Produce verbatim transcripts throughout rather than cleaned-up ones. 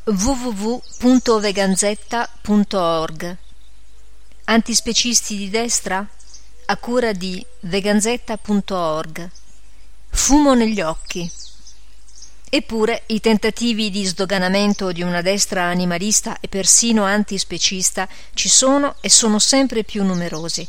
w w w punto veganzetta punto org. Antispecisti di destra? A cura di veganzetta punto org. Fumo negli occhi. Eppure i tentativi di sdoganamento di una destra animalista e persino antispecista ci sono e sono sempre più numerosi.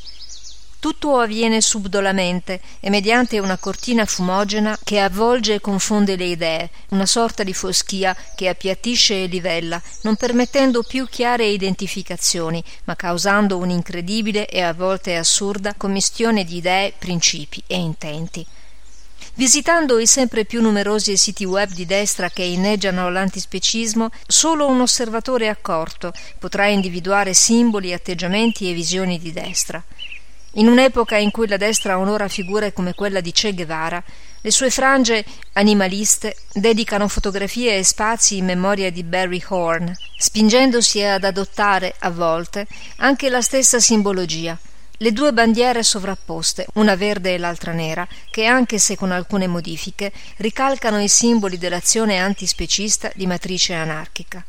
Tutto avviene subdolamente e mediante una cortina fumogena che avvolge e confonde le idee, una sorta di foschia che appiattisce e livella, non permettendo più chiare identificazioni, ma causando un'incredibile e a volte assurda commistione di idee, principi e intenti. Visitando i sempre più numerosi siti web di destra che inneggiano l'antispecismo, solo un osservatore accorto potrà individuare simboli, atteggiamenti e visioni di destra. In un'epoca in cui la destra onora figure come quella di Che Guevara, le sue frange animaliste dedicano fotografie e spazi in memoria di Barry Horn, spingendosi ad adottare, a volte, anche la stessa simbologia, le due bandiere sovrapposte, una verde e l'altra nera, che anche se con alcune modifiche, ricalcano i simboli dell'azione antispecista di matrice anarchica.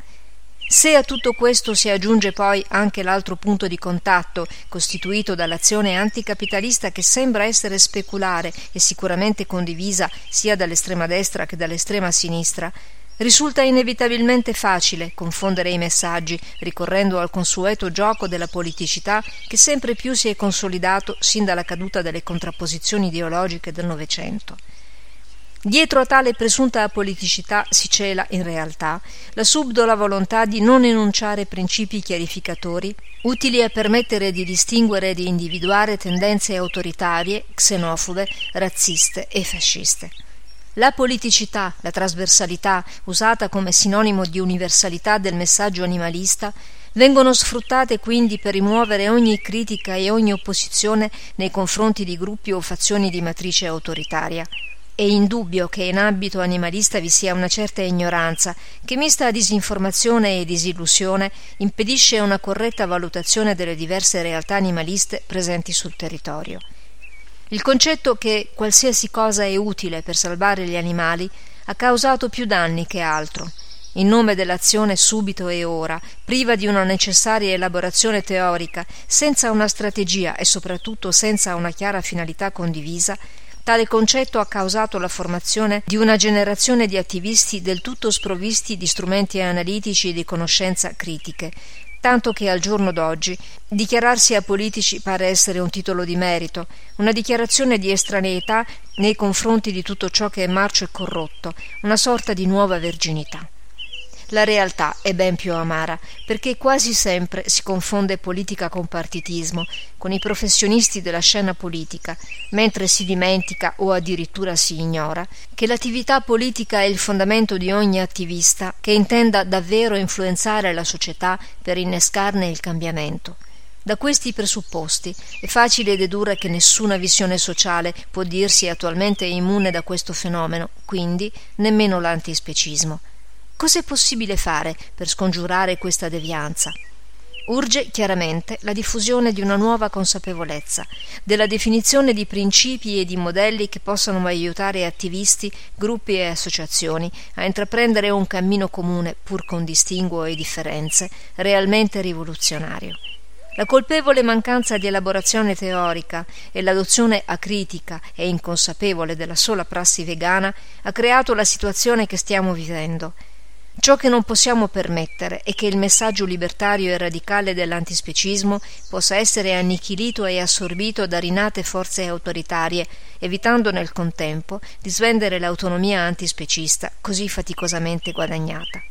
Se a tutto questo si aggiunge poi anche l'altro punto di contatto costituito dall'azione anticapitalista che sembra essere speculare e sicuramente condivisa sia dall'estrema destra che dall'estrema sinistra, risulta inevitabilmente facile confondere i messaggi ricorrendo al consueto gioco della politicità che sempre più si è consolidato sin dalla caduta delle contrapposizioni ideologiche del Novecento. Dietro a tale presunta apoliticità si cela, in realtà, la subdola volontà di non enunciare principi chiarificatori utili a permettere di distinguere e di individuare tendenze autoritarie, xenofobe, razziste e fasciste. La politicità, la trasversalità, usata come sinonimo di universalità del messaggio animalista, vengono sfruttate quindi per rimuovere ogni critica e ogni opposizione nei confronti di gruppi o fazioni di matrice autoritaria. È indubbio che in ambito animalista vi sia una certa ignoranza che, mista a disinformazione e disillusione, impedisce una corretta valutazione delle diverse realtà animaliste presenti sul territorio. Il concetto che qualsiasi cosa è utile per salvare gli animali ha causato più danni che altro. In nome dell'azione subito e ora, priva di una necessaria elaborazione teorica, senza una strategia e soprattutto senza una chiara finalità condivisa, tale concetto ha causato la formazione di una generazione di attivisti del tutto sprovvisti di strumenti analitici e di conoscenza critiche, tanto che al giorno d'oggi dichiararsi apolitici pare essere un titolo di merito, una dichiarazione di estraneità nei confronti di tutto ciò che è marcio e corrotto, una sorta di nuova verginità. La realtà è ben più amara, perché quasi sempre si confonde politica con partitismo, con i professionisti della scena politica, mentre si dimentica o addirittura si ignora che l'attività politica è il fondamento di ogni attivista che intenda davvero influenzare la società per innescarne il cambiamento. Da questi presupposti è facile dedurre che nessuna visione sociale può dirsi attualmente immune da questo fenomeno, quindi nemmeno l'antispecismo. Cos'è possibile fare per scongiurare questa devianza? Urge chiaramente la diffusione di una nuova consapevolezza, della definizione di principi e di modelli che possano aiutare attivisti, gruppi e associazioni a intraprendere un cammino comune, pur con distinguo e differenze, realmente rivoluzionario. La colpevole mancanza di elaborazione teorica e l'adozione acritica e inconsapevole della sola prassi vegana ha creato la situazione che stiamo vivendo. Ciò che non possiamo permettere è che il messaggio libertario e radicale dell'antispecismo possa essere annichilito e assorbito da rinate forze autoritarie, evitando nel contempo di svendere l'autonomia antispecista così faticosamente guadagnata.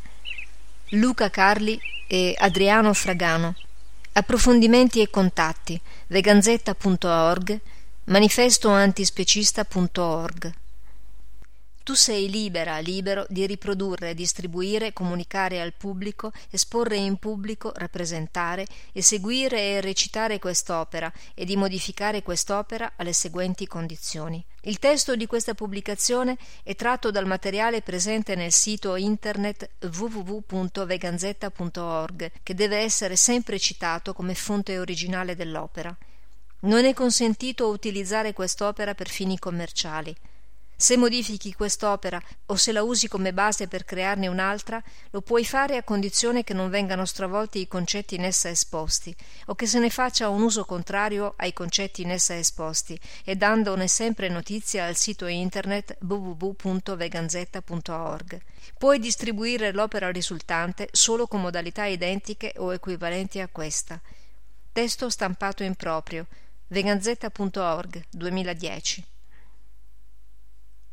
Luca Carli e Adriano Fragano. Approfondimenti e contatti veganzetta punto org, manifesto antispecista punto org. Tu sei libera, libero di riprodurre, distribuire, comunicare al pubblico, esporre in pubblico, rappresentare, eseguire e recitare quest'opera e di modificare quest'opera alle seguenti condizioni. Il testo di questa pubblicazione è tratto dal materiale presente nel sito internet w w w punto veganzetta punto org, che deve essere sempre citato come fonte originale dell'opera. Non è consentito utilizzare quest'opera per fini commerciali. Se modifichi quest'opera o se la usi come base per crearne un'altra, lo puoi fare a condizione che non vengano stravolti i concetti in essa esposti o che se ne faccia un uso contrario ai concetti in essa esposti e dandone sempre notizia al sito internet w w w punto veganzetta punto org. Puoi distribuire l'opera risultante solo con modalità identiche o equivalenti a questa. Testo stampato in proprio. veganzetta punto org duemiladieci.